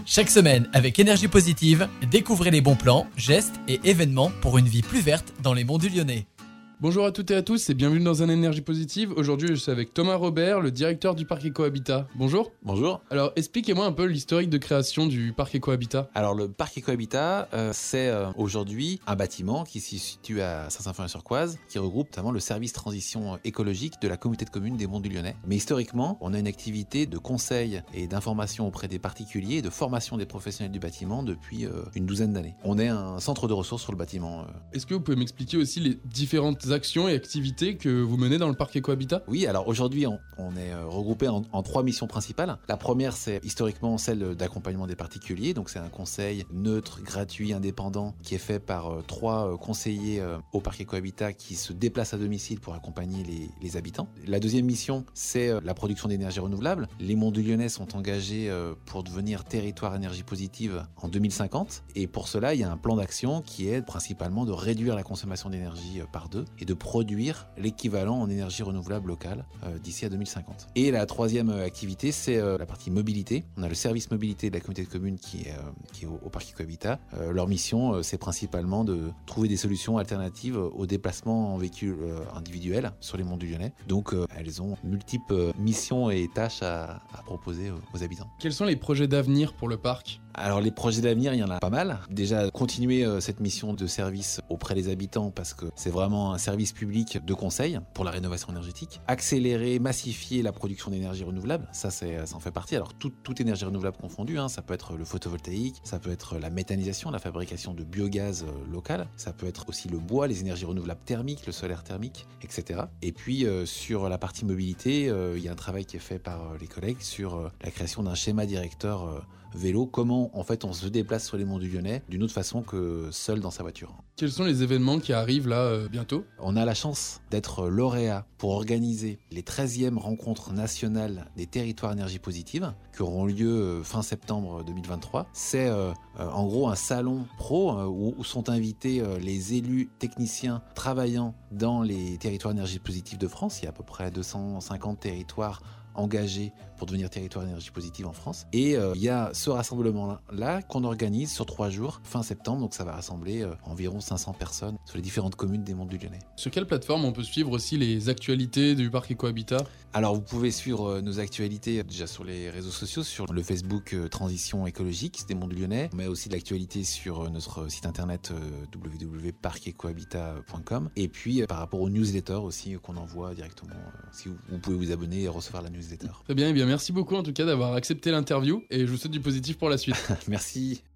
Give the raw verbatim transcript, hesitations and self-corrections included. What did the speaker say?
Chaque semaine, avec Énergie Positive, découvrez les bons plans, gestes et événements pour une vie plus verte dans les monts du Lyonnais. Bonjour à toutes et à tous et bienvenue dans un Énergie Positive. Aujourd'hui, je suis avec Thomas Robert, le directeur du parc Ecohabitat. Bonjour. Bonjour. Alors, expliquez-moi un peu l'historique de création du parc Ecohabitat. Alors, le parc Ecohabitat, euh, c'est euh, aujourd'hui un bâtiment qui se situe à Saint-Symphorien-sur-Coise, qui regroupe notamment le service transition écologique de la communauté de communes des Monts du Lyonnais. Mais historiquement, on a une activité de conseil et d'information auprès des particuliers et de formation des professionnels du bâtiment depuis euh, une douzaine d'années. On est un centre de ressources sur le bâtiment. Euh. Est-ce que vous pouvez m'expliquer aussi les différentes actions et activités que vous menez dans le parc Ecohabitat? Oui, alors aujourd'hui, on, on est euh, regroupé en, en trois missions principales. La première, c'est historiquement celle d'accompagnement des particuliers. Donc, c'est un conseil neutre, gratuit, indépendant, qui est fait par euh, trois euh, conseillers euh, au parc Ecohabitat qui se déplacent à domicile pour accompagner les, les habitants. La deuxième mission, c'est euh, la production d'énergie renouvelable. Les Monts du Lyonnais sont engagés euh, pour devenir territoire énergie positive en deux mille cinquante. Et pour cela, il y a un plan d'action qui est principalement de réduire la consommation d'énergie euh, par deux et de produire l'équivalent en énergie renouvelable locale euh, d'ici à deux mille cinquante. Et la troisième euh, activité, c'est euh, la partie mobilité. On a le service mobilité de la communauté de communes qui est, euh, qui est au, au parc Ecohabitat. Euh, leur mission, euh, c'est principalement de trouver des solutions alternatives aux déplacements en véhicule euh, individuel sur les monts du Lyonnais. Donc, euh, elles ont multiples euh, missions et tâches à, à proposer aux, aux habitants. Quels sont les projets d'avenir pour le parc ? Alors les projets d'avenir, il y en a pas mal. Déjà, continuer euh, cette mission de service auprès des habitants parce que c'est vraiment un service public de conseil pour la rénovation énergétique. Accélérer, massifier la production d'énergie renouvelable, ça, c'est, ça en fait partie. Alors toute, toute énergie renouvelable confondue, hein, ça peut être le photovoltaïque, ça peut être la méthanisation, la fabrication de biogaz euh, local, ça peut être aussi le bois, les énergies renouvelables thermiques, le solaire thermique, et cetera. Et puis euh, sur la partie mobilité, euh, il y a un travail qui est fait par euh, les collègues sur euh, la création d'un schéma directeur euh, vélo, comment en fait on se déplace sur les monts du Lyonnais d'une autre façon que seul dans sa voiture. Quels sont les événements qui arrivent là euh, bientôt ? On a la chance d'être lauréat pour organiser les treizièmes rencontres nationales des territoires énergie positive qui auront lieu fin septembre deux mille vingt-trois. C'est euh, euh, en gros un salon pro euh, où, où sont invités euh, les élus techniciens travaillant dans les territoires énergie positive de France. Il y a à peu près deux cent cinquante territoires engagés pour devenir territoire énergie positive en France. Et euh, il y a ce rassemblement-là qu'on organise sur trois jours, fin septembre, donc ça va rassembler euh, environ cinq cents personnes sur les différentes communes des Monts du Lyonnais. Sur quelle plateforme on peut suivre aussi les actualités du parc Ecohabitat ? Alors vous pouvez suivre euh, nos actualités euh, déjà sur les réseaux sociaux, sur le Facebook euh, Transition écologique des Monts du Lyonnais. On met aussi de l'actualité sur euh, notre site internet euh, w w w point parc ecohabitat point com et puis euh, par rapport aux newsletters aussi euh, qu'on envoie directement. Euh, si vous, vous pouvez vous abonner et recevoir la newsletter. Très bien, et bien merci beaucoup en tout cas d'avoir accepté l'interview et je vous souhaite du positif pour la suite. Merci.